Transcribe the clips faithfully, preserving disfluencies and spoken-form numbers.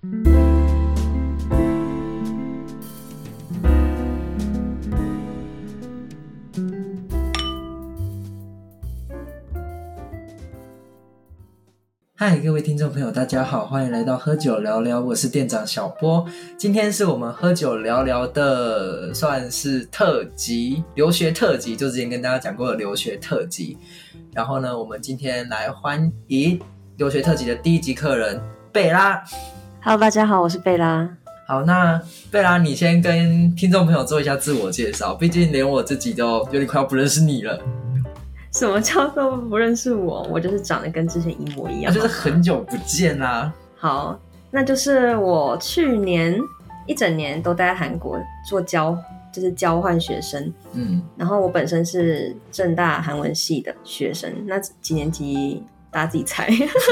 嗨，各位听众朋友，大家好，欢迎来到喝酒聊聊，我是店长小波。今天是我们喝酒聊聊的算是特辑，留学特辑，就之前跟大家讲过的留学特辑。然后呢，我们今天来欢迎留学特辑的第一集客人贝拉。 Hello， 大家好，我是贝拉。 好，那贝拉，你先跟听众朋友做一下自我介绍，毕竟连我自己都有点快要不认识你了。 什么叫做不认识我？我就是长得跟之前一模一样， 就是很久不见啦、啊。 好，那就是我去年一整年都待在韩国做交，就是交换学生。嗯，然后我本身是政大韩文系的学生，那几年级大家自己猜。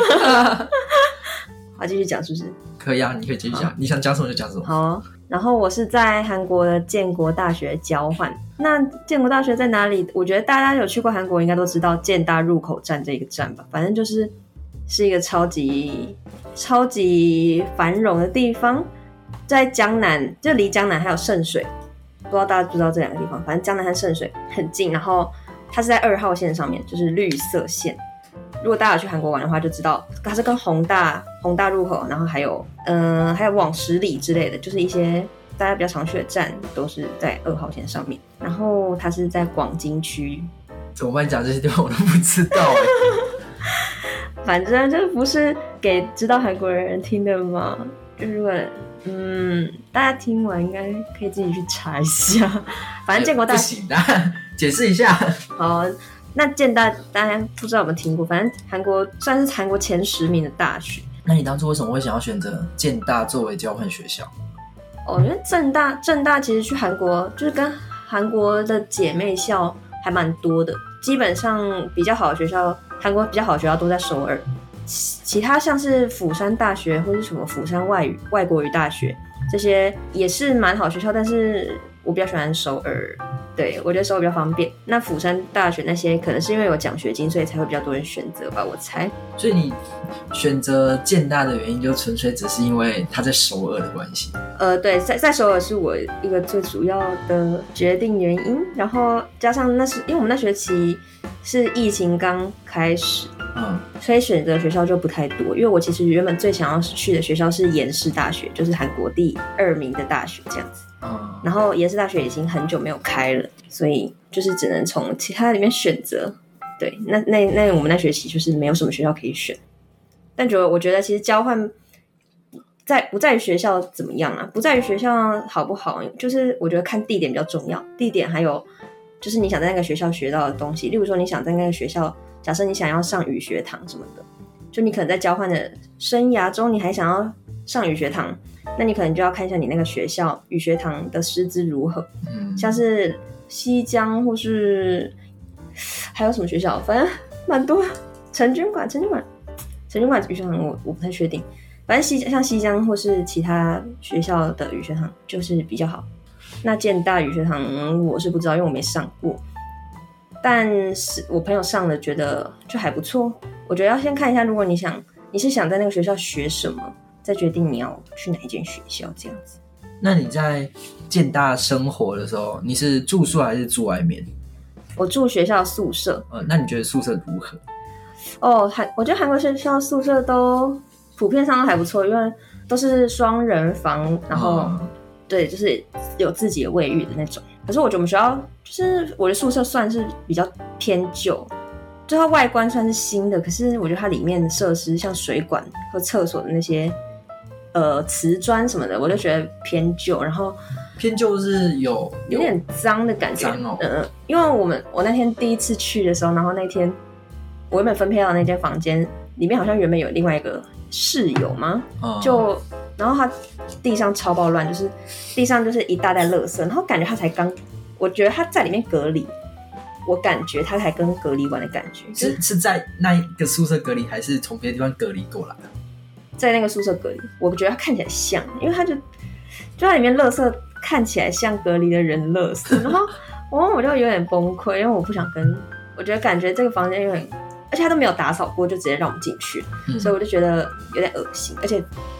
好，继续讲是不是？ 可以啊，你可以继续讲，你想讲什么就讲什么。 好、哦，然后我是在韩国的建国大学交换。那建国大学在哪里？我觉得大家有去过韩国应该都知道建大入口站这个站吧，反正就是是一个超级超级繁荣的地方，在江南，就离江南还有圣水，不知道大家知不知道这两个地方，反正江南和圣水很近，然后它是在二号线上面，就是绿色线。如果大家有去韩国玩的话就知道它是跟弘大弘大入口，然后还有嗯、呃、还有往十里之类的，就是一些大家比较常去的站都是在二号线上面。然后它是在广京区。 怎么办？讲这些地方我都不知道耶。 反正这不是给知道韩国人听的吗？就是如果嗯大家听完应该可以自己去查一下。反正建国大学、 欸、不行的，解释一下。 好，那建大大家不知道有没有听过，反正韩国算是韩国前十名的大学。 那你当初为什么会想要选择建大作为交换学校？ 哦，因为政大政大其实去韩国就是跟韩国的姐妹校还蛮多的，基本上比较好的学校，韩国比较好的学校都在首尔，其他像是釜山大学或是什么釜山外语外国语大学，这些也是蛮好的学校，但是我比较喜欢首尔。对，我觉得首尔比较方便。那釜山大学那些可能是因为有奖学金，所以才会比较多人选择吧，我猜。 所以你选择建大的原因就纯粹只是因为它在首尔的关系？ 呃，对，在在首尔是我一个最主要的决定原因。然后加上那是因为我们那学期是疫情刚开始，嗯，所以选择学校就不太多。因为我其实原本最想要去的学校是延世大学，就是韩国第二名的大学这样子。嗯，然后延世大学已经很久没有开了，所以就是只能从其他里面选择。对，那那那我们那学期就是没有什么学校可以选。但觉得我觉得其实交换在不在于学校怎么样啊，不在于学校好不好，就是我觉得看地点比较重要。地点还有就是你想在那个学校学到的东西，例如说你想在那个学校，假设你想要上语学堂什么的，就你可能在交换的生涯中你还想要上语学堂，那你可能就要看一下你那个学校语学堂的师资如何、嗯、像是西江或是还有什么学校，反正蛮多，成均馆成均馆成均馆语学堂我我不太确定，反正西像西江或是其他学校的语学堂就是比较好。那建大语学堂我是不知道，因为我没上过，但是我朋友上了觉得就还不错。我觉得要先看一下，如果你想你是想在那个学校学什么，再决定你要去哪一间学校这样子。 那你在建大生活的时候，你是住宿还是住外面？ 我住学校宿舍。 呃，那你觉得宿舍如何？ 哦，我觉得韩国学校宿舍都普遍上都还不错，因为都是双人房，然后、嗯、对，就是有自己的卫浴的那种。可是我觉得我们学校就是我的宿舍算是比较偏旧，就它外观算是新的，可是我觉得它里面的设施像水管和厕所的那些呃瓷砖什么的，我就觉得偏旧。然后偏旧是有有点脏的感觉， 脏哦。 嗯，因为我们我那天第一次去的时候，然后那天我原本分配到那间房间里面，好像原本有另外一个室友嘛，嗯、就然后他地上超爆乱，就是地上就是一大袋垃圾，然后感觉他才刚，我觉得他在里面隔离，我感觉他才跟隔离完的感觉， 是是在那一个宿舍隔离，还是从别的地方隔离过来的？ 在那个宿舍隔离，我觉得他看起来像，因为他就就在里面垃圾看起来像隔离的人垃圾，然后我我就有点崩溃，因为我不想跟，我觉得感觉这个房间有点，而且他都没有打扫过，就直接让我们进去、嗯，所以我就觉得有点恶心，而且他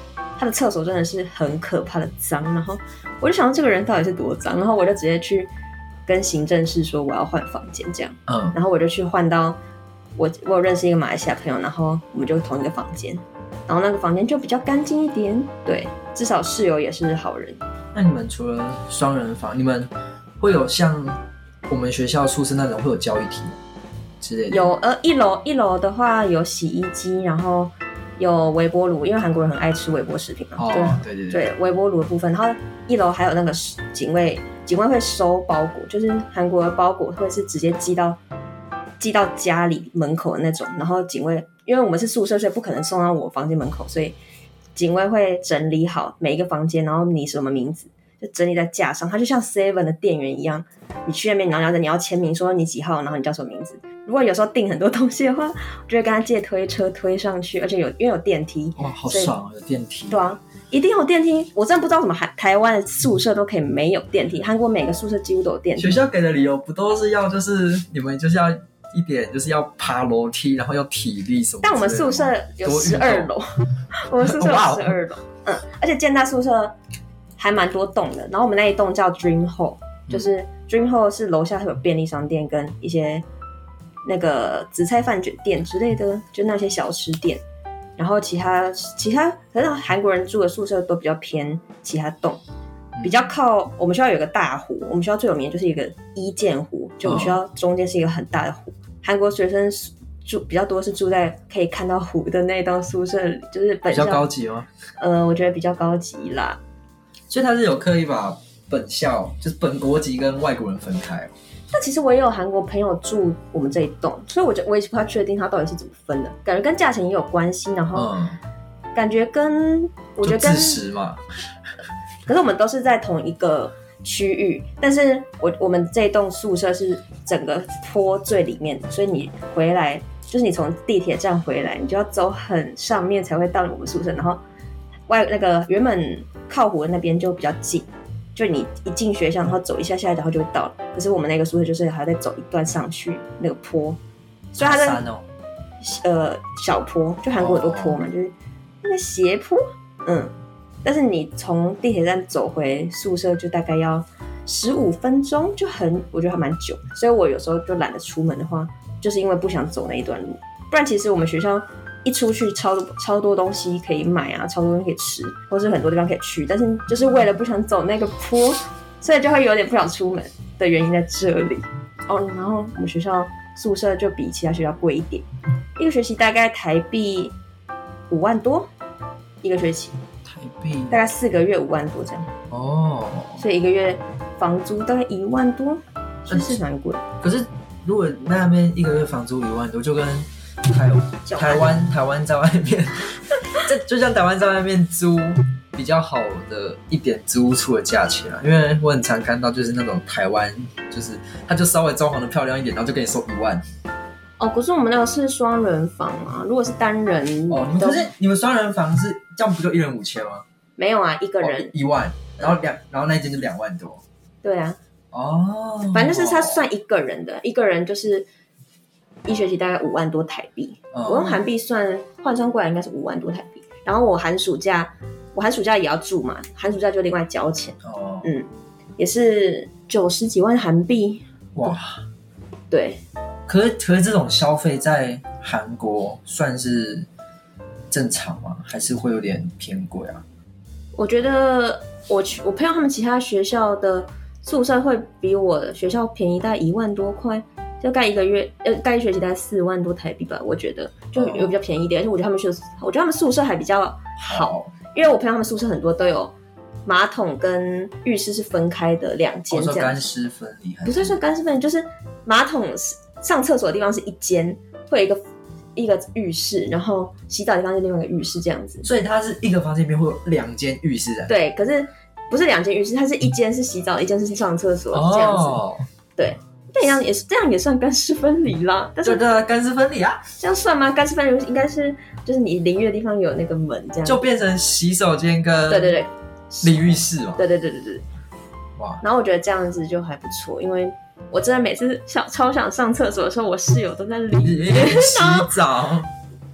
他的厕所真的是很可怕的脏，然后我就想到这个人到底是多脏，然后我就直接去跟行政室说我要换房间这样，嗯，然后我就去换到我我有认识一个马来西亚朋友，然后我们就同一个房间，然后那个房间就比较干净一点，对，至少室友也是好人。 那你们除了双人房，你们会有像我们学校宿舍那种会有交易厅之类的？ 有，呃，一楼一楼的话有洗衣机，然后有微波炉，因为韩国人很爱吃微波食品嘛。 哦，对对对, 对，微波炉的部分，然后一楼还有那个警卫，警卫会收包裹，就是韩国的包裹会是直接寄到寄到家里门口的那种，然后警卫，因为我们是宿舍，所以不可能送到我房间门口，所以警卫会整理好每一个房间，然后你什么名字就整理在架上，它就像 seven 的店员一样，你去那边，然后你要签名说你几号，然后你叫什么名字。如果有时候订很多东西的话，我就会跟他借推车推上去，而且有因为有电梯， 哇，好爽，有电梯。 对啊，一定有电梯。我真的不知道怎么台湾的宿舍都可以没有电梯，韩国每个宿舍几乎都有电梯。 学校给的理由不都是要就是你们就是要一点就是要爬楼梯，然后要体力什么？ 但我们宿舍有十二楼，我们宿舍有十二楼，嗯，而且建大宿舍还蛮多栋的。然后我们那一栋叫 Dream Hall， 就是 Dream Hall 是楼下会有便利商店跟一些那个紫菜饭卷店之类的，就那些小吃店。然后其他其他，可是韩国人住的宿舍都比较偏其他栋，比较靠我们学校有个大湖，我们学校最有名的就是一个一建湖，就我们学校中间是一个很大的湖。韩国学生住比较多是住在可以看到湖的那栋宿舍里，就是本校比较高级吗？ 呃，我觉得比较高级啦。 所以他是有刻意把本校就是本国籍跟外国人分开。 但其实我也有韩国朋友住我们这一栋，所以我就我也不太确定他到底是怎么分的，感觉跟价钱也有关系，然后感觉跟、嗯、我觉得跟自食嘛。 可是我们都是在同一个区域，但是我我们这栋宿舍是整个坡最里面的，所以你回来就是你从地铁站回来，你就要走很上面才会到我们宿舍，然后外那个原本靠湖的那边就比较近。就你一进学校，然后走一下下，然后就会到了。可是我们那个宿舍就是还要再走一段上去那个坡，所以它的、哦、呃小坡，就韩国有多坡嘛，哦、就是那个斜坡，嗯。但是你从地铁站走回宿舍就大概要十五分钟，就很我觉得还蛮久。所以我有时候就懒得出门的话，就是因为不想走那一段路。不然其实我们学校一出去超超多东西可以买啊，超多东西可以吃，或是很多地方可以去，但是就是为了不想走那个坡，所以就会有点不想出门的原因在这里哦。然后我们学校宿舍就比其他学校贵一点，一个学期大概台币五万多，一个学期台币大概四个月五万多这样哦，所以一个月房租大概一万多，就是蛮贵。 可是如果那边一个月房租一万多，就跟台台湾台湾在外面，这就像台湾在外面租比较好的一点租屋处的价钱啊，因为我很常看到就是那种台湾，就是他就稍微装潢的漂亮一点，然后就跟你收一万。 哦，可是我们那个是双人房啊，如果是单人哦，你们可是你们双人房是这样不就一人五千吗？ 没有啊，一个人、哦、 一万，然后两然后那一间就两万多。 对啊， 哦， 反正就是他算一个人的，一个人就是一学期大概五万多台币，哦、我用韩币算换算过来应该是五万多台币。然后我寒暑假，我寒暑假也要住嘛，寒暑假就另外交钱。哦，嗯，也是九十几万韩币。哇，对。 可是可是这种消费在韩国算是正常吗？还是会有点偏贵啊？ 我觉得我我朋友他们其他学校的宿舍会比我的学校便宜大概一万多块。就盖一个月，呃，盖一学期大概四万多台币吧，我觉得就有比较便宜一点，而且我觉得他们宿，我觉得他们宿舍还比较好，因为我朋友他们宿舍很多都有马桶跟浴室是分开的两间，这样。 干湿分离？ 不是说干湿分离，就是马桶上厕所的地方是一间，会有一个一个浴室，然后洗澡的地方是另外一个浴室这样子。 所以它是一个房间里面会有两间浴室的。 对，可是不是两间浴室，它是一间是洗澡，一间是上厕所、哦、这样子。对。这样也是，这样也算干湿分离啦。但是对的，干湿分离啊， 这样算吗？干湿分离应该是就是你淋浴的地方有那个门，这样就变成洗手间跟对对对淋浴室嘛。 对对对对对。哇！然后我觉得这样子就还不错，因为我真的每次想超想上厕所的时候，我室友都在里面洗澡。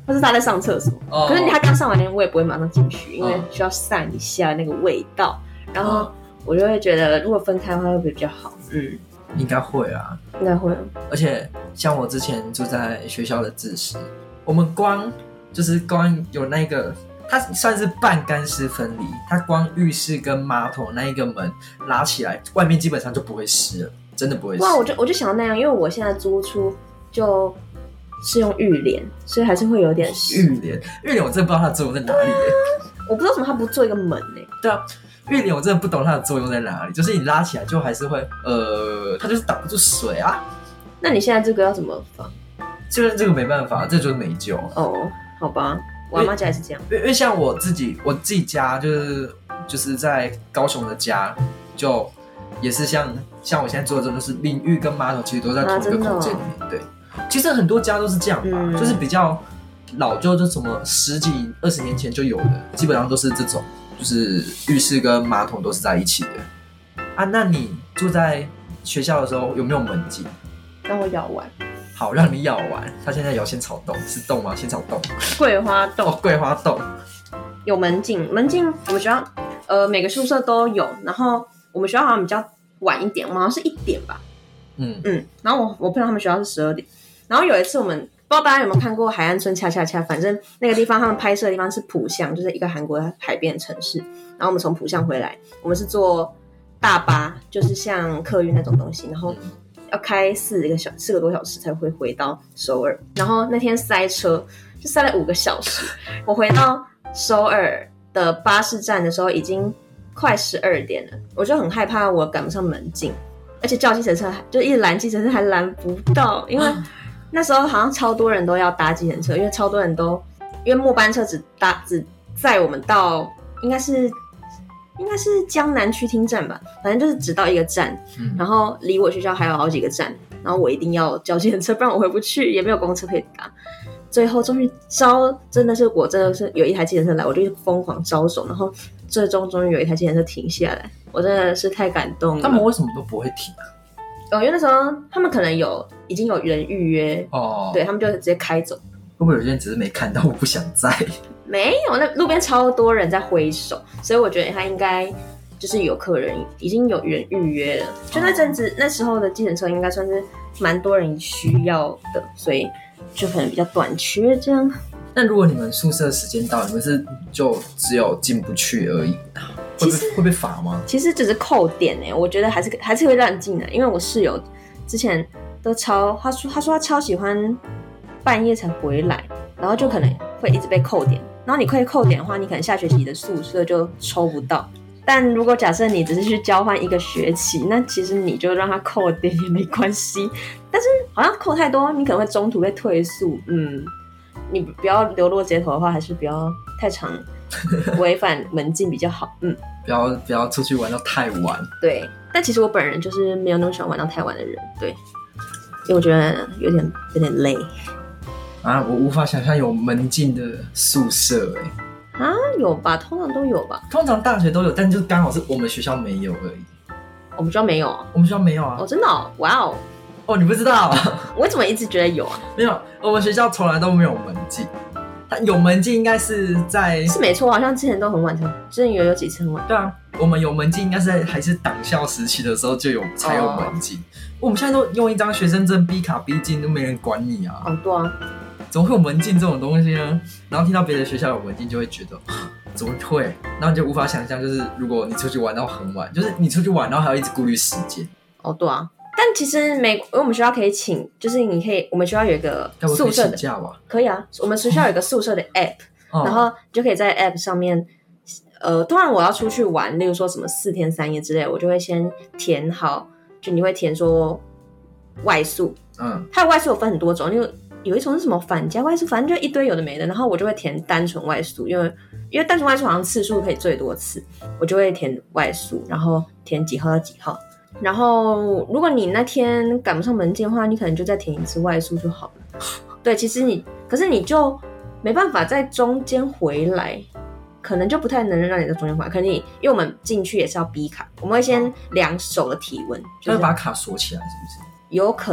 或是他在上厕所。哦、可是他刚上完天，我也不会马上进去，因为需要散一下那个味道。然后我就会觉得，如果分开的话，会比较好。嗯， 应该会啊， 应该会。 而且像我之前住在学校的自习，我们光就是光有那个。它算是半干湿分离，它光浴室跟马桶那一个门拉起来，外面基本上就不会湿了，真的不会湿。 哇，我就我就想要那样，因为我现在租出就是用浴帘，所以还是会有点湿。 浴帘，浴帘我真的不知道它的作用在哪里耶、 啊。我不知道为什么它不做一个门呢？ 对啊，浴帘我真的不懂它的作用在哪里，就是你拉起来就还是会，呃，它就是挡不住水啊。 那你现在这个要怎么放？ 就是这个没办法，这就是没救。 哦，好吧。我阿妈家也是这样， 因为像我自己，我自己家就是就是在高雄的家，就也是像像我现在做的这种，就是淋浴跟马桶其实都在同一个空间里面。啊哦、对，其实很多家都是这样吧，嗯、就是比较老旧，就什么十几二十年前就有的，基本上都是这种，就是浴室跟马桶都是在一起的。啊，那你住在学校的时候有没有门禁？ 让我咬完。 好，让你咬完。他现在咬仙草冻，是冻吗？仙草冻， 桂花冻。 哦，桂花冻有门禁，门禁我们学校呃每个宿舍都有，然后我们学校好像比较晚一点，我们好像是一点吧。嗯嗯，然后我我朋友他们学校是十二点，然后有一次我们不知道大家有没有看过海岸村恰恰恰，反正那个地方他们拍摄的地方是浦项，就是一个韩国的海边城市。然后我们从浦项回来，我们是坐大巴，就是像客运那种东西，然后。要开四个小四个多小时才会回到首尔，然后那天塞车就塞了五个小时。我回到首尔的巴士站的时候已经快十二点了，我就很害怕我赶不上门禁，而且叫计程车就一直拦计程车还拦不到，因为那时候好像超多人都要搭计程车，因为超多人都因为末班车只搭只载我们到应该是。应该是江南区厅站吧，反正就是只到一个站，嗯、然后离我学校还有好几个站，然后我一定要叫计程车，不然我回不去，也没有公车可以搭。最后终于招，真的是我真的是有一台计程车来，我就疯狂招手，然后最终终于有一台计程车停下来，我真的是太感动了。 他们为什么都不会停啊？ 哦，因为那时候他们可能有已经有人预约哦，对他们就直接开走。 会不会有些人只是没看到，我不想载？ 没有，那路边超多人在挥手，所以我觉得他应该就是有客人，已经有人预约了。就那阵子，那时候的计程车应该算是蛮多人需要的，所以就可能比较短缺这样。 那如果你们宿舍时间到，你们是就只有进不去而已，会被会被罚吗？ 其实只是扣点哎、欸，我觉得还是还是会让你进来，因为我室友之前都超，他说他说他超喜欢半夜才回来，然后就可能会一直被扣点。然后你可以扣点的话，你可能下学期的宿舍就抽不到。但如果假设你只是去交换一个学期，那其实你就让他扣点也没关系。但是好像扣太多，你可能会中途被退宿。嗯，你不要流落街头的话，还是不要太常违反门禁比较好。嗯， 不要不要出去玩到太晚。 对，但其实我本人就是没有那么喜欢玩到太晚的人。对，因为我觉得有点有点累。 啊，我无法想象有门禁的宿舍哎、 欸。啊，有吧？通常都有吧？ 通常大学都有，但就刚好是我们学校没有而已。 我们学校没有啊？ 我们学校没有啊？ 哦，真的哦？哇哦！ 哦，你不知道啊？ 我怎么一直觉得有啊？ 没有，我们学校从来都没有门禁。有门禁应该是在是没错，好像之前都很晚才，之前有有几次很晚。 对啊，我们有门禁应该是在还是党校时期的时候就有才有门禁。哦、我们现在都用一张学生证逼卡逼进，都没人管你啊。 哦，对啊。 怎么会有门禁这种东西呢？然后听到别的学校有门禁，就会觉得怎么会？然后你就无法想象，就是如果你出去玩到很晚，就是你出去玩，然后还要一直顾虑时间。 哦，对啊。但其实美，因为我们学校可以请，就是你可以，我们学校有一个宿舍的， 可以请假吧？ 可以啊。我们学校有一个宿舍的 app，、哦、然后你就可以在 app 上面，呃，当然我要出去玩，例如说什么四天三夜之类的，我就会先填好，就你会填说外宿，嗯，它的外宿有分很多种，因为有一种是什么返家外宿，反正就一堆有的没的，然后我就会填单纯外宿，因为因为单纯外宿好像次数可以最多次，我就会填外宿，然后填几号到几号。然后如果你那天赶不上门禁的话，你可能就再填一次外宿就好了。对，其实你可是你就没办法在中间回来，可能就不太能让你在中间回来。可能你因为我们进去也是要逼卡，我们会先量手的体温， 就是把卡锁起来，是不是？ 有可能，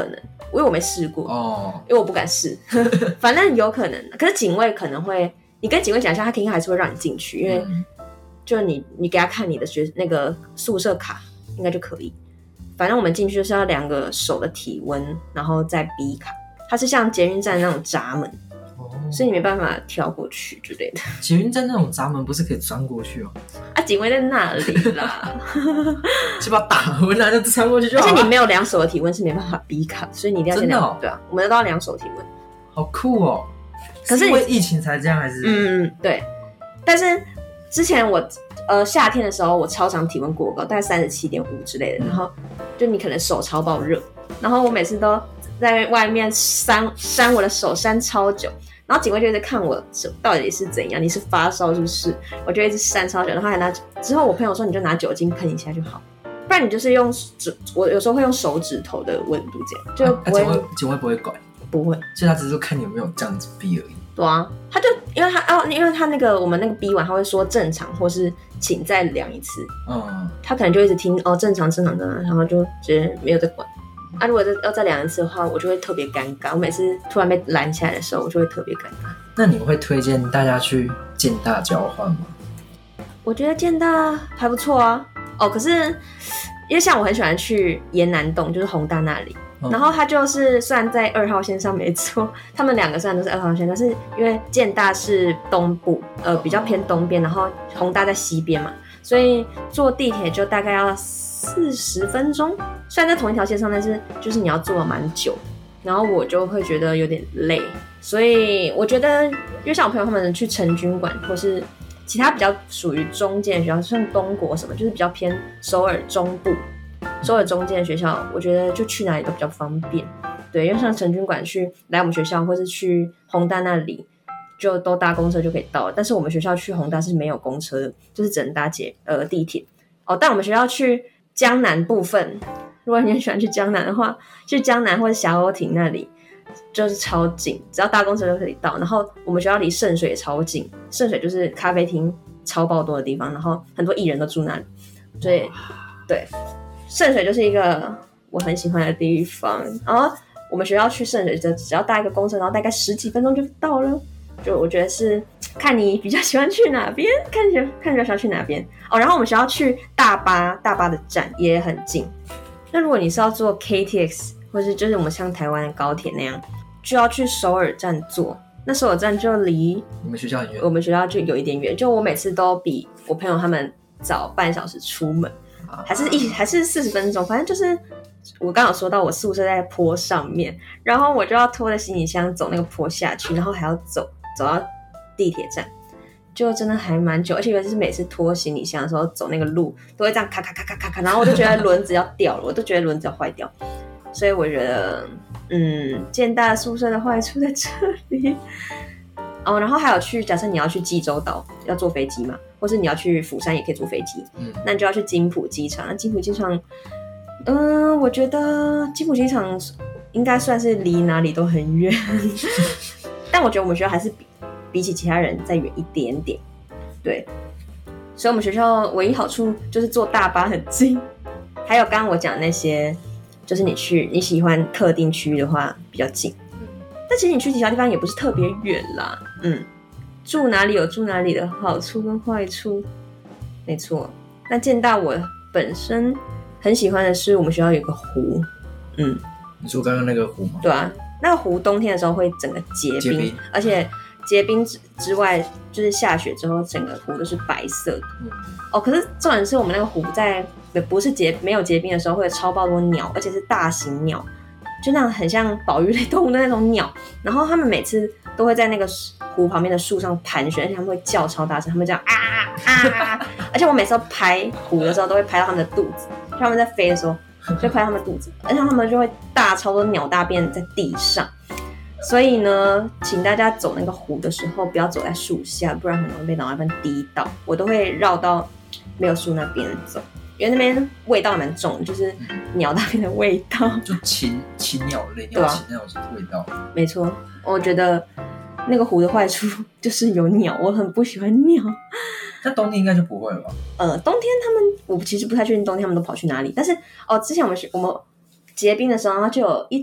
因为我没试过哦，因为我不敢试，反正有可能。可是警卫可能会，你跟警卫讲一下，他肯定还是会让你进去，因为就你你给他看你的学那个宿舍卡，应该就可以。反正我们进去就是要量个手的体温，然后再逼卡。它是像捷运站那种闸门，哦，所以你没办法跳过去之类的。 捷运站那种闸门不是可以钻过去吗？ 啊，警卫在那里啦， 就把打温啊，就穿过去就好了。 而且你没有量手的体温是没办法逼卡，所以你一定要先量。哦、对啊，我们都要量手体温。 好酷哦！可是因为疫情才这样还是？ 嗯，对。但是之前我呃夏天的时候，我超常体温过高，大概三十七点五之类的，然后就你可能手超爆热，然后我每次都在外面扇扇我的手扇超久。然后警卫就一直看我到底是怎样，你是发烧是不是？我就一直扇超久，然后还拿之后我朋友说你就拿酒精喷一下就好，不然你就是用指，我有时候会用手指头的温度这样，就不会。 警卫警卫不会管， 不会， 所以他只是看你有没有这样子逼而已。 对啊，他就因为他哦，因为他那个我们那个逼完他会说正常或是请再量一次，嗯，他可能就一直听哦正常正常正常，然后就直接没有再管。啊，如果要再量一次的话，我就会特别尴尬。我每次突然被拦起来的时候，我就会特别尴尬。 那你会推荐大家去建大交换吗？ 我觉得建大还不错啊。哦，可是因为像我很喜欢去延南洞，就是弘大那里，嗯、然后它就是虽然在二号线上没错，他们两个虽然都是二号线，但是因为建大是东部，呃，比较偏东边，然后弘大在西边嘛，所以坐地铁就大概要四十分钟，虽然在同一条线上，但是就是你要坐蛮久，然后我就会觉得有点累，所以我觉得，因为像我朋友他们去成军馆或是其他比较属于中间的学校，像东国什么，就是比较偏首尔中部、首尔中间的学校，我觉得就去哪里都比较方便。对，因为像成军馆去来我们学校，或是去弘大那里，就都搭公车就可以到了。但是我们学校去弘大是没有公车的，就是只能搭捷呃地铁。哦，但我们学校去江南部分，如果你很喜欢去江南的话，去江南或者霞鸥亭那里就是超近，只要搭公车就可以到。然后我们学校离圣水也超近，圣水就是咖啡厅超爆多的地方，然后很多艺人都住那里，所以对，圣水就是一个我很喜欢的地方。然后我们学校去圣水就只要搭一个公车，然后大概十几分钟就到了。就我觉得是看你比较喜欢去哪边，看你看你比较喜欢去哪边哦。然后我们学校去大巴，大巴的站也很近。那如果你是要坐 K T X， 或是就是我们像台湾的高铁那样，就要去首尔站坐。那首尔站就离你们学校很远， 我们学校就有一点远。就我每次都比我朋友他们早半小时出门，啊、还是一还是四十分钟，反正就是我刚好说到我宿舍在坡上面，然后我就要拖着行李箱走那个坡下去，然后还要走。走到地铁站，就真的还蛮久，而且尤其是每次拖行李箱的时候，走那个路都会这样咔咔咔咔咔咔，然后我就觉得轮子要掉了，我都觉得轮子要坏掉，所以我觉得，嗯，建大宿舍的坏处在这里。哦，然后还有去，假设你要去济州岛，要坐飞机嘛，或是你要去釜山也可以坐飞机，嗯，那你就要去金浦机场。那金浦机场，嗯、呃，我觉得金浦机场应该算是离哪里都很远。但我觉得我们学校还是 比, 比起其他人再远一点点，对，所以我们学校唯一好处就是坐大巴很近，还有刚刚我讲的那些，就是你去你喜欢特定区域的话比较近，但其实你去其他地方也不是特别远啦，嗯，住哪里有住哪里的好处跟坏处，没错。那建大我本身很喜欢的是我们学校有个湖，嗯， 你说刚刚那个湖吗？ 对啊。那个湖冬天的时候会整个结 冰, 结冰而且结冰 之, 之外就是下雪之后整个湖都是白色的、嗯、哦。可是重点是我们那个湖在不是结没有结冰的时候会有超爆多鸟，而且是大型鸟，就那样很像保育类动物的那种鸟，然后他们每次都会在那个湖旁边的树上盘旋，而且他们会叫超大声，他们这样啊啊而且我每次都拍湖的时候都会拍到他们的肚子，就他们在飞的时候就拍他们肚子，而且他们就会大超多鸟大便在地上，所以呢，请大家走那个湖的时候不要走在树下，不然很容易被脑袋分滴到。我都会绕到没有树那边走，因为那边味道蛮重的，就是鸟大便的味道， 就禽禽鸟类鸟禽那种味道。 没错，我觉得那个湖的坏处就是有鸟，我很不喜欢鸟。 那冬天应该就不会了吧？ 呃，冬天他们我其实不太确定冬天他们都跑去哪里，但是哦，之前我们我们结冰的时候，然后就有一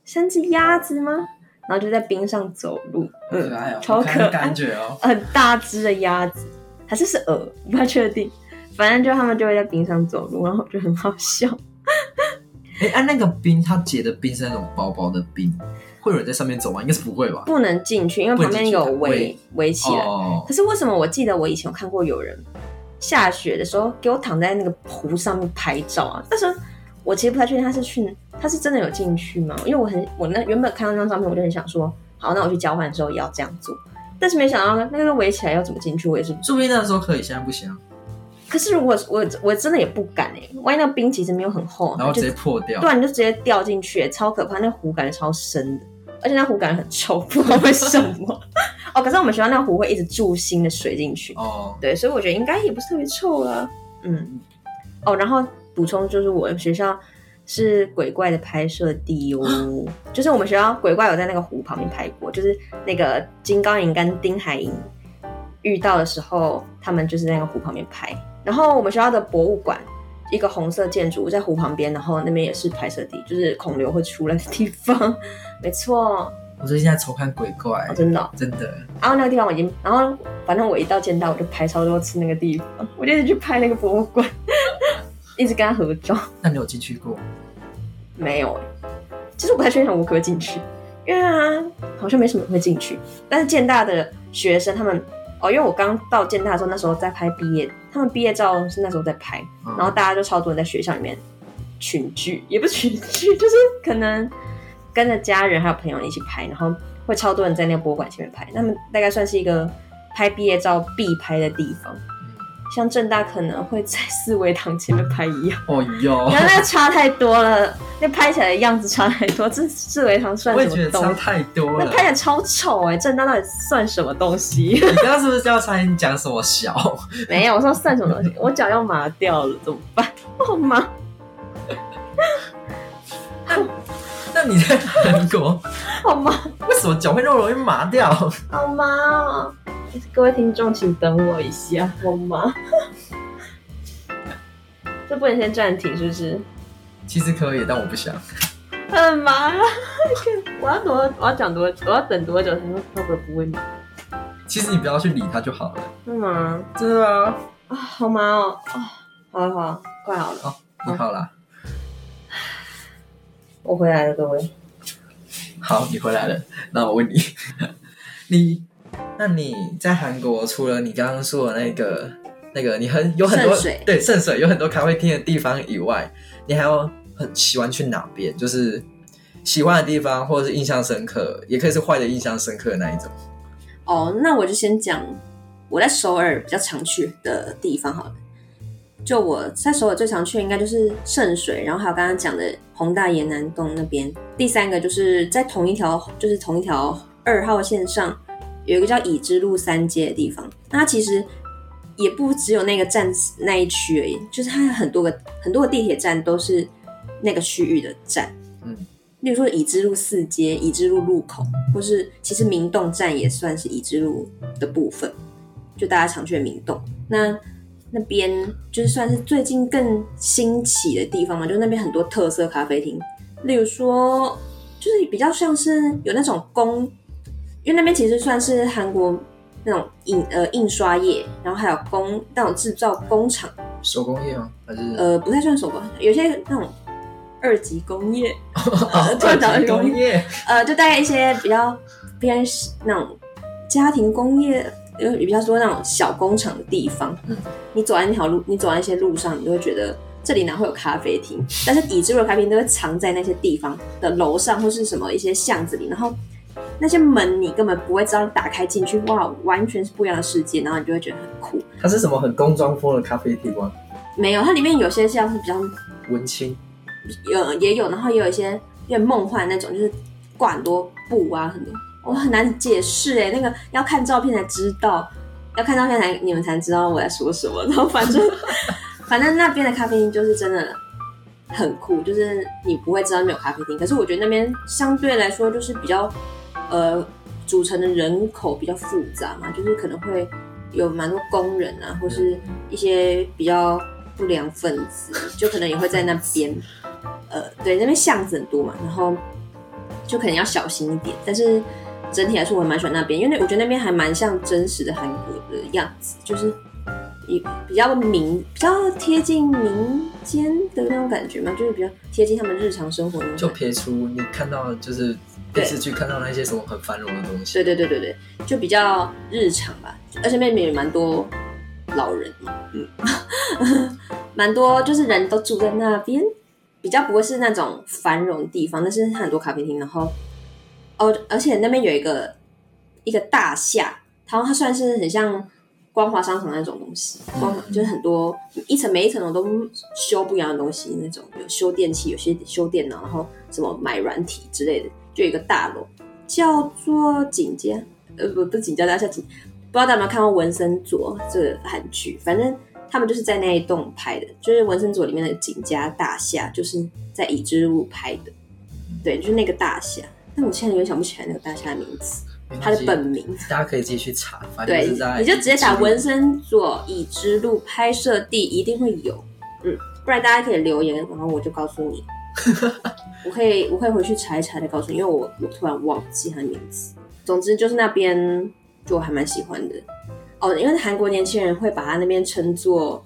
像只鸭子吗？然后就在冰上走路， 嗯，可爱哦， 超可爱， 感觉哦， 很大只的鸭子，还是是鹅，不太确定。反正就他们就会在冰上走路，然后我觉得很好笑。 哎、欸，按、啊、那个冰，它结的冰是那种薄薄的冰，会有人在上面走吗？应该是不会吧？ 不能进去，因为旁边有围围起来、哦。可是为什么我记得我以前有看过有人下雪的时候给我躺在那个湖上面拍照啊？那时候我其实不太确定他是去，他是真的有进去吗？因为我很我那原本看到那张照片，我就很想说，好，那我去交换的时候也要这样做。但是没想到那个围起来要怎么进去，我也是。 说不定那时候可以，现在不行啊。 可是如果我我真的也不敢哎、欸，万一那个冰其实没有很厚， 然后直接破掉， 对，你就直接掉进去、欸，超可怕。那个湖感觉超深的，而且那湖感觉很臭，不知道为什么。哦，可是我们学校那个湖会一直注新的水进去，哦，对，所以我觉得应该也不是特别臭啦。嗯，哦，然后补充就是我们学校是鬼怪的拍摄地哦，就是我们学校鬼怪有在那个湖旁边拍过，就是那个金高银跟丁海寅遇到的时候，他们就是在那个湖旁边拍。然后我们学校的博物馆，一个红色建筑在湖旁边，然后那边也是拍摄地，就是孔刘会出来的地方。没错， 我最近在抽看鬼怪， 哦、真的、哦、 真的。 然后那个地方我已经，然后反正我一到建大我就拍超多次那个地方，我就一直去拍那个博物馆，一直跟他合照。 那你有进去过？ 没有，其实我不太确定我可不可以进去，因为啊好像没什么人会进去。但是建大的学生他们。哦，因为我刚到建大的时候，那时候在拍毕业，他们毕业照是那时候在拍，嗯、然后大家就超多人在学校里面群聚，也不是群聚，就是可能跟着家人还有朋友一起拍，然后会超多人在那个博物馆前面拍，他们大概算是一个拍毕业照必拍的地方。像政大可能会在四维堂前面拍一样， 哦哟， 然后那个差太多了，那拍起来的样子差太多，这四维堂算什么东西？ 我也觉得差太多了， 那拍起来超丑哎、欸！政大到底算什么东西？ 你刚刚是不是要差点讲什么小？ 没有，我说算什么东西？我脚要麻掉了，怎么办？好麻。 那你在韩国好麻？ 为什么脚会那么容易麻掉？ 好麻哦！各位听众，请等我一下，好麻。这不能先暂停，是不是？ 其实可以，但我不想。 很麻，我要多，我要讲多，我要等多久才会差不多不会麻？ 其实你不要去理它就好了。 是吗？ 真的啊！ 啊，好麻哦！啊，好了好了，快好了。 哦，你好啦。 我回来了，各位。 好，你回来了。那我问你，你，那你在韩国除了你刚刚说的那个那个，你很有很多圣水对圣水有很多咖啡厅的地方以外，你还有很喜欢去哪边？就是喜欢的地方，或者是印象深刻，也可以是坏的印象深刻的那一种。 哦，那我就先讲我在首尔比较常去的地方好了。就我在首尔最常去的应该就是圣水，然后还有刚刚讲的弘大延南洞那边。第三个就是在同一条，就是同一条二号线上有一个叫乙支路三街的地方。那它其实也不只有那个站那一区而已，就是它有很多个很多个地铁站都是那个区域的站。嗯，例如说乙支路四街、乙支路路口，或是其实明洞站也算是乙支路的部分，就大家常去的明洞。那那边就是算是最近更兴起的地方嘛，就是那边很多特色咖啡厅，例如说就是比较像是有那种工，因为那边其实算是韩国那种印呃印刷业，然后还有工那种制造工厂， 手工业吗？还是呃不太算手工，有些那种二级工业， 二级工业， 呃就大概一些比较偏那种家庭工业。有比较多那种小工厂的地方，嗯，你走在那条路，你走在一些路上，你就会觉得这里哪会有咖啡厅？但是乙支路的咖啡厅都会藏在那些地方的楼上或是什么一些巷子里，然后那些门你根本不会知道打开进去，哇，完全是不一样的世界，然后你就会觉得很酷。 它是什么很工装风的咖啡厅吗？ 没有，它里面有些像是比较文青， 有也有，然后也有一些有点梦幻那种，就是挂很多布啊，很多。我很难解释哎，那个要看照片才知道，要看照片才你们才知道我在说什么。然后反正反正那边的咖啡厅就是真的很酷，就是你不会知道没有咖啡厅，可是我觉得那边相对来说就是比较呃组成的人口比较复杂嘛，就是可能会有蛮多工人啊，或是一些比较不良分子，就可能也会在那边呃对那边巷子很多嘛，然后就可能要小心一点。但是整体来说，我还蛮喜欢那边，因为我觉得那边还蛮像真实的韩国的样子，就是比较民、比较贴近民间的那种感觉嘛，就是比较贴近他们日常生活那种。 就撇除你看到就是电视剧看到那些什么很繁荣的东西， 对对对对对，就比较日常吧。而且那边也蛮多老人嘛，嗯，蛮多就是人都住在那边，比较不会是那种繁荣的地方，但是很多咖啡厅，然后哦，而且那边有一个一个大厦，然后它算是很像光华商场那种东西，光华就是很多一层每一层都修不一样的东西那种，有修电器，有些修电脑，然后什么买软体之类的，就有一个大楼叫做景家，呃不不是景家大厦，景不知道大家有没有看过《文森佐》这个韩剧，反正他们就是在那一栋拍的，就是《文森佐》里面的景家大厦，就是在已知路拍的，对，就是那个大厦，但我现在有点想不起来那个大厦的名字。他的本名， 大家可以自己去查。反正就是在对，你就直接打文森佐已知路拍摄地，一定会有。嗯，不然大家可以留言，然后我就告诉你。我可以，我可以回去查一查再告诉你，因为我我突然忘记他的名字。总之就是那边就我还蛮喜欢的哦，因为韩国年轻人会把他那边称作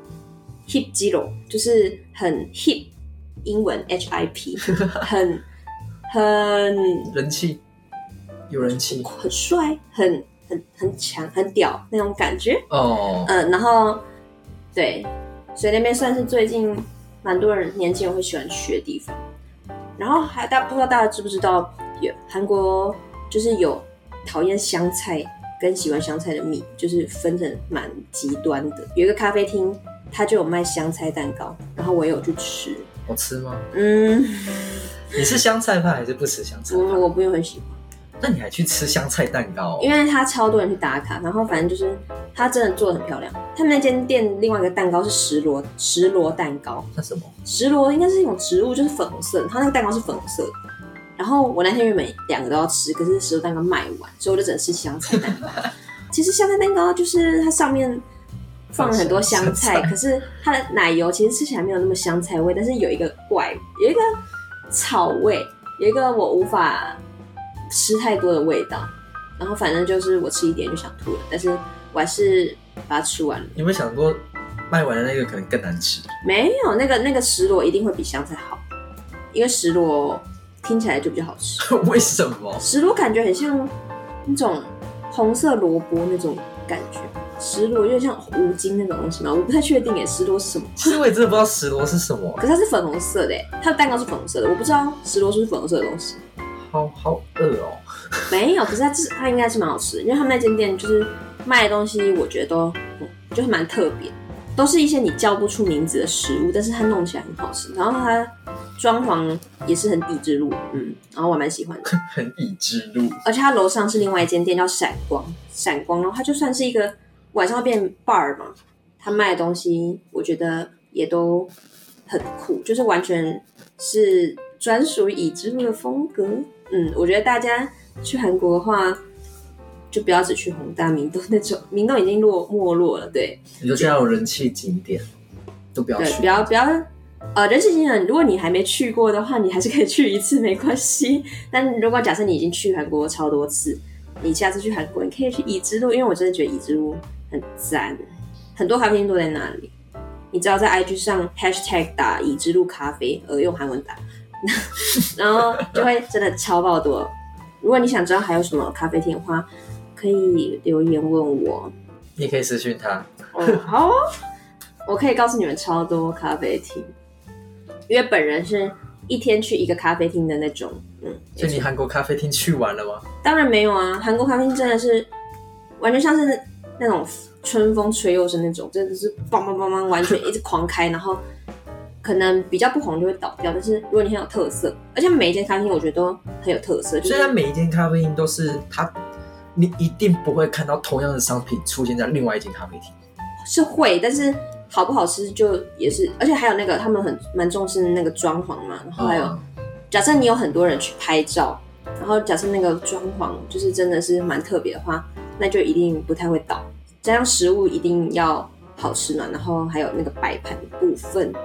hip jiro， 就是很 hip， 英文 H I P， 很很人气。有人气， 很帅，很很很强，很屌那种感觉哦。 嗯，然后对，所以那边算是最近蛮多人年轻人会喜欢去的地方。然后还大不知道大家知不知道，有韩国就是有讨厌香菜跟喜欢香菜的蜜，就是分成蛮极端的。有一个咖啡厅，它就有卖香菜蛋糕，然后我也有去吃。 好吃吗？ 嗯， 你是香菜派还是不吃香菜派？ 我我不用很喜欢。 那你还去吃香菜蛋糕？ 因为他超多人去打卡，然后反正就是他真的做得很漂亮。他们那间店另外一个蛋糕是石螺石螺蛋糕， 那什么？ 石螺应该是一种植物，就是粉红色的。它那个蛋糕是粉红色的。然后我那天原本两个都要吃，可是石螺蛋糕卖完，所以我就只能吃香菜蛋糕。其实香菜蛋糕就是它上面放了很多香菜，可是它的奶油其实吃起来没有那么香菜味，但是有一个怪，有一个草味，有一个我无法吃太多的味道，然后反正就是我吃一点就想吐了，但是我还是把它吃完了。 你有没有想过卖完的那个可能更难吃？ 没有，那个那个石螺一定会比香菜好，因为石螺听起来就比较好吃。 为什么？ 石螺感觉很像那种红色萝卜那种感觉，石螺有点像五金那种东西嘛，我不太确定耶，石螺是什么？ 其实我也真的不知道石螺是什么， 可是它是粉红色的耶，它的蛋糕是粉红色的，我不知道石螺是不是粉红色的东西。 好好饿哦。 没有，可是它它应该是蛮好吃的，因为他们那间店就是卖的东西，我觉得都、嗯、就是蛮特别，都是一些你叫不出名字的食物，但是它弄起来很好吃。然后它装潢也是很抵制路，嗯，然后我蛮喜欢的， 很抵制路。 而且它楼上是另外一间店叫闪光，闪光，然后它就算是一个晚上会变 bar 嘛，它卖的东西我觉得也都很酷，就是完全是专属于已知路的风格。嗯，我觉得大家去韩国的话，就不要只去弘大、明洞那种，明洞已经落没落了。对， 你说现在有人气景点，都不要去。 对，不要不要，呃，人气景点，如果你还没去过的话，你还是可以去一次，没关系。但如果假设你已经去韩国超多次，你下次去韩国，你可以去已知路，因为我真的觉得已知路很赞，很多咖啡厅都在那里。你只要在 I G 上 hashtag 打已知路咖啡，呃，用韩文打。然后就会真的超爆多。如果你想知道还有什么咖啡厅的话，可以留言问我。 你可以私讯他。 哦，好哦，我可以告诉你们超多咖啡厅，因为本人是一天去一个咖啡厅的那种。嗯， 所以你韩国咖啡厅去完了吗？ 当然没有啊，韩国咖啡厅真的是完全像是那种春风吹又生那种，真的是梆梆梆梆，完全一直狂开，然后。可能比较不红就会倒掉，但是如果你很有特色，而且每一间咖啡厅我觉得都很有特色，就是、 所以它每一间咖啡厅都是它，你一定不会看到同样的商品出现在另外一间咖啡厅， 是会，但是好不好吃就也是，而且还有那个他们很蛮重视那个装潢嘛，然后还有、嗯、假设你有很多人去拍照，然后假设那个装潢就是真的是蛮特别的话，那就一定不太会倒，加上食物一定要好吃嘛，然后还有那个摆盘的部分。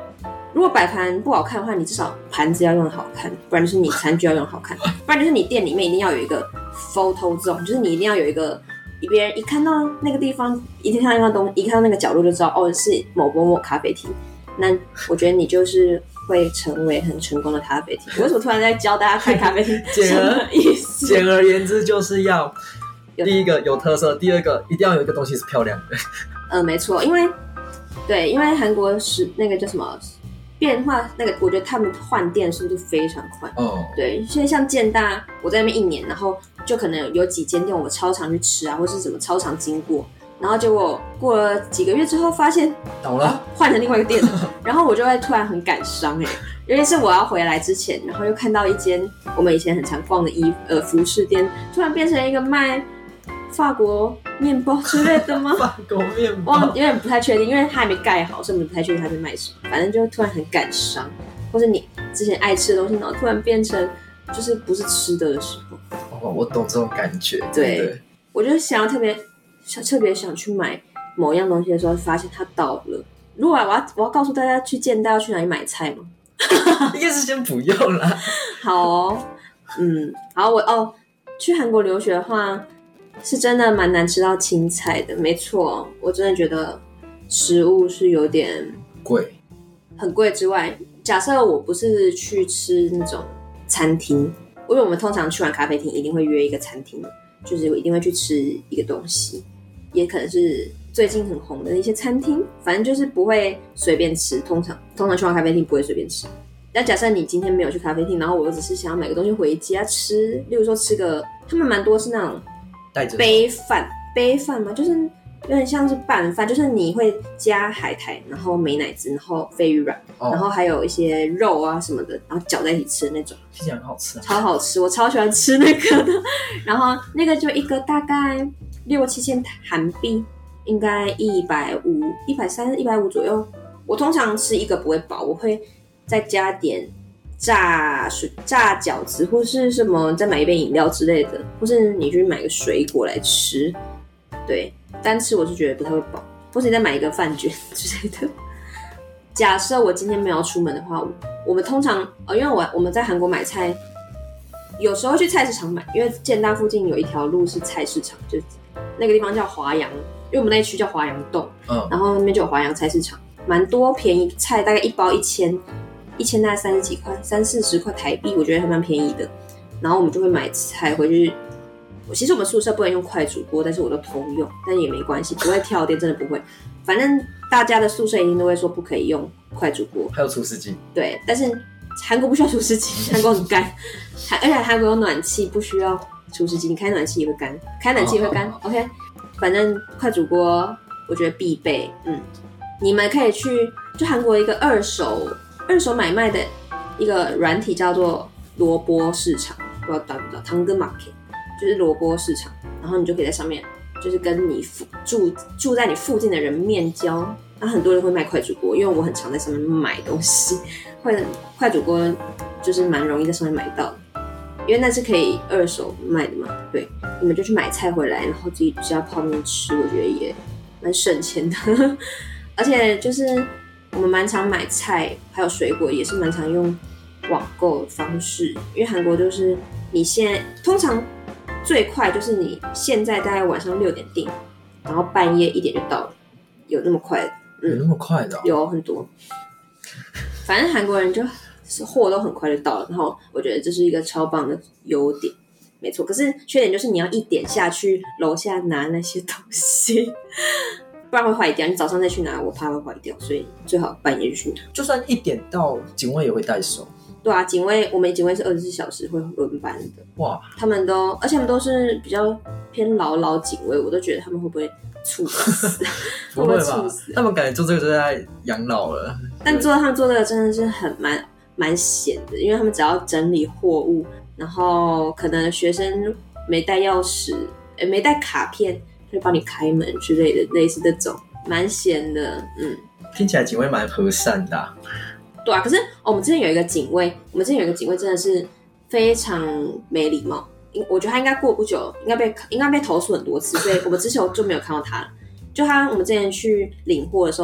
如果摆盘不好看的话，你至少盘子要用的好看，不然就是你餐具要用的好看，不然就是你店里面一定要有一个 photo zone， 就是你一定要有一个，别人一看到那个地方，一看到那个东西，一看到那个角落就知道哦是某某某咖啡厅。那我觉得你就是会成为很成功的咖啡厅。我为什么突然在教大家开咖啡厅？ 简而意思，简而言之就是要第一个有特色，第二个一定要有一个东西是漂亮的。 嗯，没错，因为对，因为韩国是那个叫什么？变化那个，我觉得他们换店速度非常快。哦，对，所以像建大，我在那边一年，然后就可能有几间店我超常去吃啊，或是什么超常经过，然后结果过了几个月之后，发现倒了， 换成另外一个店，然后我就会突然很感伤哎、欸，尤其是我要回来之前，然后又看到一间我们以前很常逛的衣呃服饰店，突然变成一个卖法国面包之类的吗？ 法国面包， 我有点不太确定，因为它还没盖好，所以我们不太确定它在卖什么。反正就突然很感伤，或是你之前爱吃的东西，然后突然变成就是不是吃的的时候。 哦，我懂这种感觉。 对， 对我就想要特别想特别想去买某样东西的时候，发现它倒了。如果我要我要告诉大家去建大要去哪里买菜吗？ 应该是先不用啦。 好哦，嗯，好，我哦去韩国留学的话。是真的蛮难吃到青菜的，没错，我真的觉得食物是有点贵， 很贵之外，假设我不是去吃那种餐厅，因为我们通常去完咖啡厅一定会约一个餐厅，就是我一定会去吃一个东西，也可能是最近很红的一些餐厅，反正就是不会随便吃，通常通常去完咖啡厅不会随便吃。那假设你今天没有去咖啡厅，然后我只是想要买个东西回家吃，例如说吃个，他们蛮多是那种杯饭，杯饭嘛，就是有点像是拌饭，就是你会加海苔，然后美乃滋，然后鲱鱼卵，哦、然后还有一些肉啊什么的，然后搅在一起吃的那种， 听起来很好吃啊， 超好吃，我超喜欢吃那个的。然后那个就一个大概六七千韩币，应该一百五、一百三、一百五左右。我通常吃一个不会饱，我会再加点。炸水炸饺子或是什么，再买一杯饮料之类的，或是你去买个水果来吃。对，单吃我是觉得不太会饱，或是你再买一个饭卷之类的。假设我今天没有出门的话，我们通常呃，因为我我们在韩国买菜，有时候去菜市场买，因为建大附近有一条路是菜市场，就那个地方叫华阳，因为我们那一区叫华阳洞，嗯，然后那边就有华阳菜市场，蛮多便宜菜，大概一包一千。一千大概三十几块，三四十块台币，我觉得还蛮便宜的。然后我们就会买菜回去。其实我们宿舍不能用快煮锅，但是我都偷用，但也没关系，不会跳电，真的不会。反正大家的宿舍一定都会说不可以用快煮锅， 还有除湿机。 对，但是韩国不需要除湿机，韩国很干，而且韩国有暖气，不需要除湿机，你开暖气也会干，开冷气也会干。Oh, OK， 反正快煮锅我觉得必备。嗯，你们可以去就韩国一个二手。二手买卖的一个软体叫做萝卜市场，不知道大家不知道，汤根 market 就是萝卜市场，然后你就可以在上面，就是跟你住住在你附近的人面交。那很多人会卖快煮锅，因为我很常在上面买东西，会快煮锅就是蛮容易在上面买到的，因为那是可以二手卖的嘛。对，你们就去买菜回来，然后自己加泡面吃，我觉得也蛮省钱的，而且就是。我们蛮常买菜，还有水果，也是蛮常用网购的方式。因为韩国就是你现在通常最快就是你现在大概晚上六点订，然后半夜一点就到了，有那么快？ 嗯、有那么快的、哦？ 有很多。反正韩国人就是货都很快就到了，然后我觉得这是一个超棒的优点，没错。可是缺点就是你要一点下去楼下拿那些东西。不然会坏掉，你早上再去拿，我怕会坏掉，所以最好半夜就去拿。 就算一点到，警卫也会代收。 对啊，警卫我们警卫是二十四小时会轮班的。哇，他们都，而且他们都是比较偏老老警卫，我都觉得他们会不会猝死？ 不会吧？他们感觉做这个就在养老了。 但做他们做这个真的是很蛮蛮闲的，因为他们只要整理货物，然后可能学生没带钥匙，没带卡片。会帮你开门之类的，类似这种蛮闲的，嗯， 听起来警卫蛮和善的、啊。 对啊，可是、哦、我们之前有一个警卫，我们之前有一个警卫真的是非常没礼貌，我觉得他应该过不久，应该被应该被投诉很多次，所以我们之前就没有看到他了。就他，我们之前去领货的时候，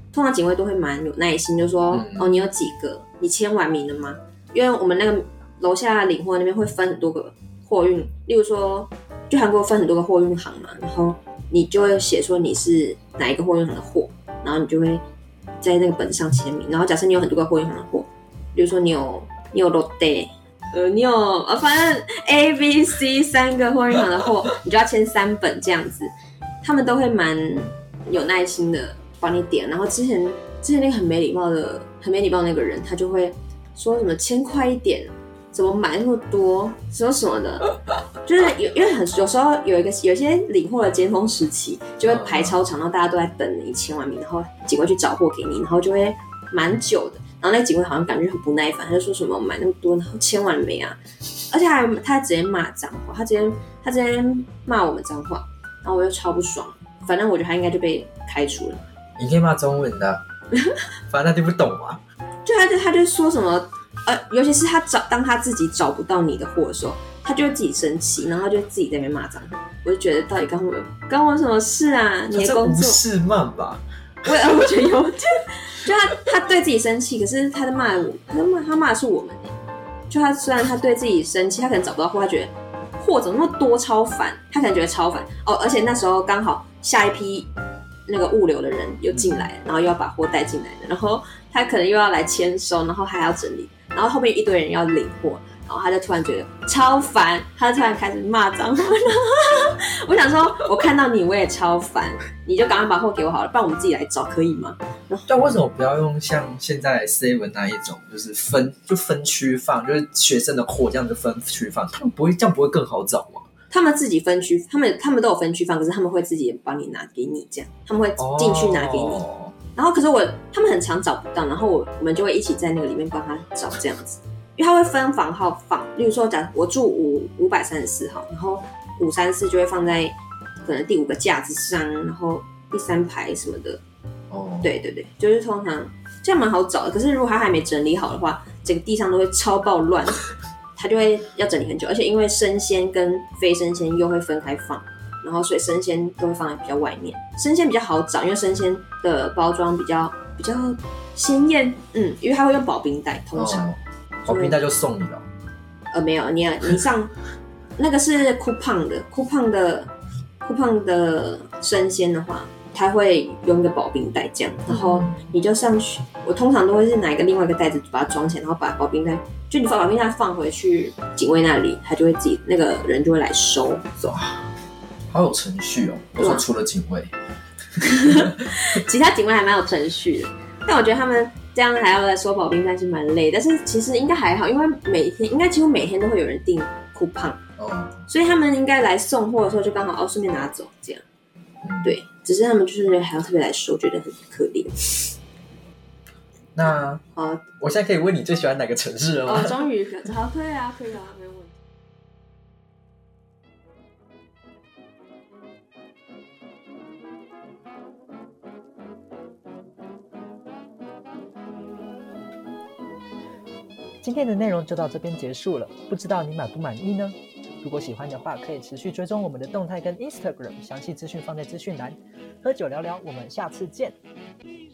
通常警卫都会蛮有耐心，就说、嗯、哦，你有几个？你签完名了吗？因为我们那个楼下领货那边会分很多个货运，例如说，就韩国分很多个货运行嘛，然后你就会写说你是哪一个货运行的货，然后你就会在那个本上签名。然后假设你有很多个货运行的货，比如说你有你有 Lotte， 呃，你有呃，反正 A、B、C 三个货运行的货，你就要签三本这样子。他们都会蛮有耐心的帮你点。然后之前之前那个很没礼貌的、很没礼貌的那个人，他就会说什么签快一点。怎么买那么多，什么什么的，就是有因为很有时候有一个有些领货的尖峰时期，就会排超长，然后大家都在等你签完名，然后警卫去找货给你，然后就会蛮久的。然后那个警卫好像感觉很不耐烦，他就说什么买那么多，然后签完没啊？而且还他还直接骂脏话，他直接他直接骂我们脏话，然后我就超不爽。反正我觉得他应该就被开除了。 你可以骂中文的，反正他听不懂嘛。 就他就他就说什么。呃，尤其是他找当他自己找不到你的货的时候，他就会自己生气，然后他就自己在那边骂脏话。我就觉得到底关我关我什么事啊？你的工作这无事慢吧？ 我我觉得有，就就他他对自己生气，可是他在骂我，他骂他骂的是我们。就他虽然他对自己生气，他可能找不到货，他觉得货怎么那么多，超烦，他可能觉得超烦哦。而且那时候刚好下一批那个物流的人又进来了，然后又要把货带进来了，然后他可能又要来签收，然后还要整理。然后后面一堆人要领货，然后他就突然觉得超烦，他就突然开始骂脏话。我想说，我看到你我也超烦，你就赶快把货给我好了，不然我们自己来找可以吗？ 但为什么不要用像现在 seven 那一种，就是分就分区放，就是学生的货这样子分区放，他们不会这样不会更好找吗？ 他们自己分区，他们他们都有分区放，可是他们会自己帮你拿给你，这样他们会进去拿给你。哦，然后可是我他们很常找不到，然后我我们就会一起在那个里面帮他找这样子，因为他会分房号放，例如说假我住五五百三十四号，然后五三四就会放在可能第五个架子上，然后第三排什么的。哦，对对对，就是通常这样蛮好找的。可是如果他还没整理好的话，整个地上都会超爆乱，他就会要整理很久，而且因为生鲜跟非生鲜又会分开放。然后所以生鲜都会放在比较外面，生鲜比较好找，因为生鲜的包装比较比较鲜艳，嗯，因为它会用保冰袋，通常、哦、 保冰袋就送你了。 呃，没有，你你上那个是 coupon 的 coupon 的 coupon 的生鲜的话，它会用一个保冰袋这样，然后你就上去，我通常都会是拿一个另外一个袋子把它装起来，然后把保冰袋，就你把保冰袋放回去警卫那里，他就会自己那个人就会来收走。 好有程序哦！我说除了警卫， 其他警卫还蛮有程序的。但我觉得他们这样还要来收保冰袋是蛮累，但是其实应该还好，因为每天应该几乎每天都会有人订 coupon，、哦、所以他们应该来送货的时候就刚好哦顺便拿走这样。嗯、对，只是他们就是还要特别来收，觉得很可怜。 那好，我现在可以问你最喜欢哪个城市了吗？ 哦，终于好，可以啊，可以啊，没有问题。 今天的内容就到这边结束了，不知道你满不满意呢？如果喜欢的话，可以持续追踪我们的动态跟 Instagram， 详细资讯放在资讯栏。喝酒聊聊，我们下次见。